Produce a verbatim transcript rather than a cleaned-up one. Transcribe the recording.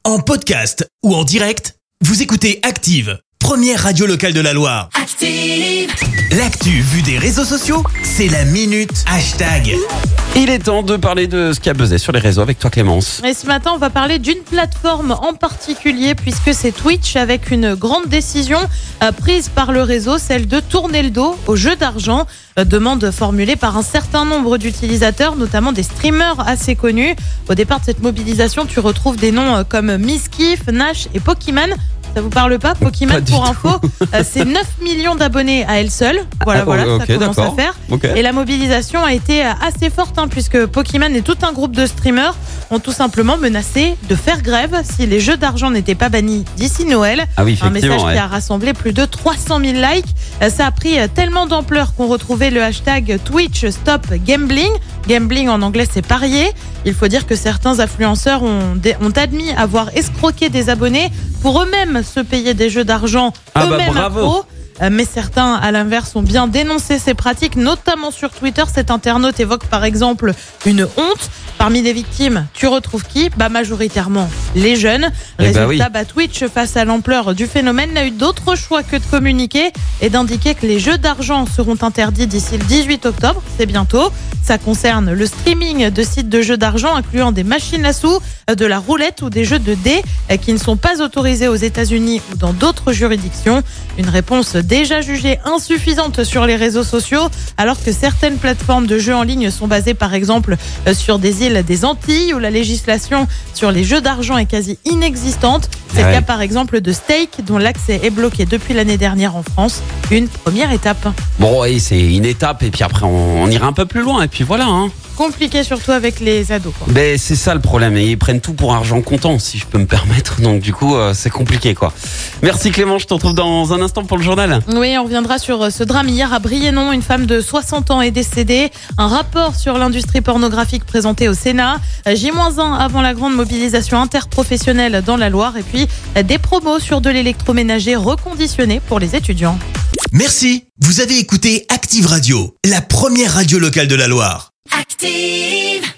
En podcast ou en direct, vous écoutez Active, première radio locale de la Loire. Active! L'actu vue des réseaux sociaux, c'est la minute hashtag. Il est temps de parler de ce qui a buzzé sur les réseaux avec toi Clémence. Et ce matin, on va parler d'une plateforme en particulier puisque c'est Twitch avec une grande décision euh, prise par le réseau, celle de tourner le dos aux jeux d'argent. Euh, demande formulée par un certain nombre d'utilisateurs, notamment des streamers assez connus. Au départ de cette mobilisation, tu retrouves des noms euh, comme Miskiff, Nash et Pokémon. Ça vous parle pas, Pokémon? Pas pour info, euh, c'est neuf millions d'abonnés à elle seule. Voilà, ah, voilà, okay, ça commence d'accord. à faire. Okay. Et la mobilisation a été assez forte, hein, puisque Pokémon et tout un groupe de streamers ont tout simplement menacé de faire grève si les jeux d'argent n'étaient pas bannis d'ici Noël. Ah oui, un message ouais. qui a rassemblé plus de trois cent mille likes. Ça a pris tellement d'ampleur qu'on retrouvait le hashtag Twitch Stop Gambling. Gambling en anglais, c'est parier. Il faut dire que certains influenceurs ont, ont admis avoir escroqué des abonnés pour eux-mêmes se payer des jeux d'argent ah eux-mêmes bah à pro. Mais certains, à l'inverse, ont bien dénoncé ces pratiques, notamment sur Twitter. Cet internaute évoque par exemple une honte. Parmi les victimes, tu retrouves qui? Bah majoritairement les jeunes. Résultat, bah, oui. bah Twitch, face à l'ampleur du phénomène, n'a eu d'autre choix que de communiquer et d'indiquer que les jeux d'argent seront interdits d'ici le dix-huit octobre. C'est bientôt. Ça concerne le streaming de sites de jeux d'argent, incluant des machines à sous, de la roulette ou des jeux de dés qui ne sont pas autorisés aux États-Unis ou dans d'autres juridictions. Une réponse déjà jugée insuffisante sur les réseaux sociaux, alors que certaines plateformes de jeux en ligne sont basées par exemple sur des îles des Antilles où la législation sur les jeux d'argent est quasi inexistante. C'est ouais. le cas par exemple de Stake, dont l'accès est bloqué depuis l'année dernière en France. Une première étape. Bon, oui, c'est une étape et puis après on, on ira un peu plus loin et puis voilà. Hein. Compliqué surtout avec les ados. Quoi. Ben, c'est ça le problème. Et ils prennent tout pour argent comptant, si je peux me permettre. Donc du coup, euh, c'est compliqué, quoi. Merci Clément, je te retrouve dans un instant pour le journal. Oui, on reviendra sur ce drame hier à Briennon. Une femme de soixante ans est décédée. Un rapport sur l'industrie pornographique présenté au Sénat. J moins un avant la grande mobilisation interprofessionnelle dans la Loire. Et puis des promos sur de l'électroménager reconditionné pour les étudiants. Merci. Vous avez écouté Active Radio, la première radio locale de la Loire. Active!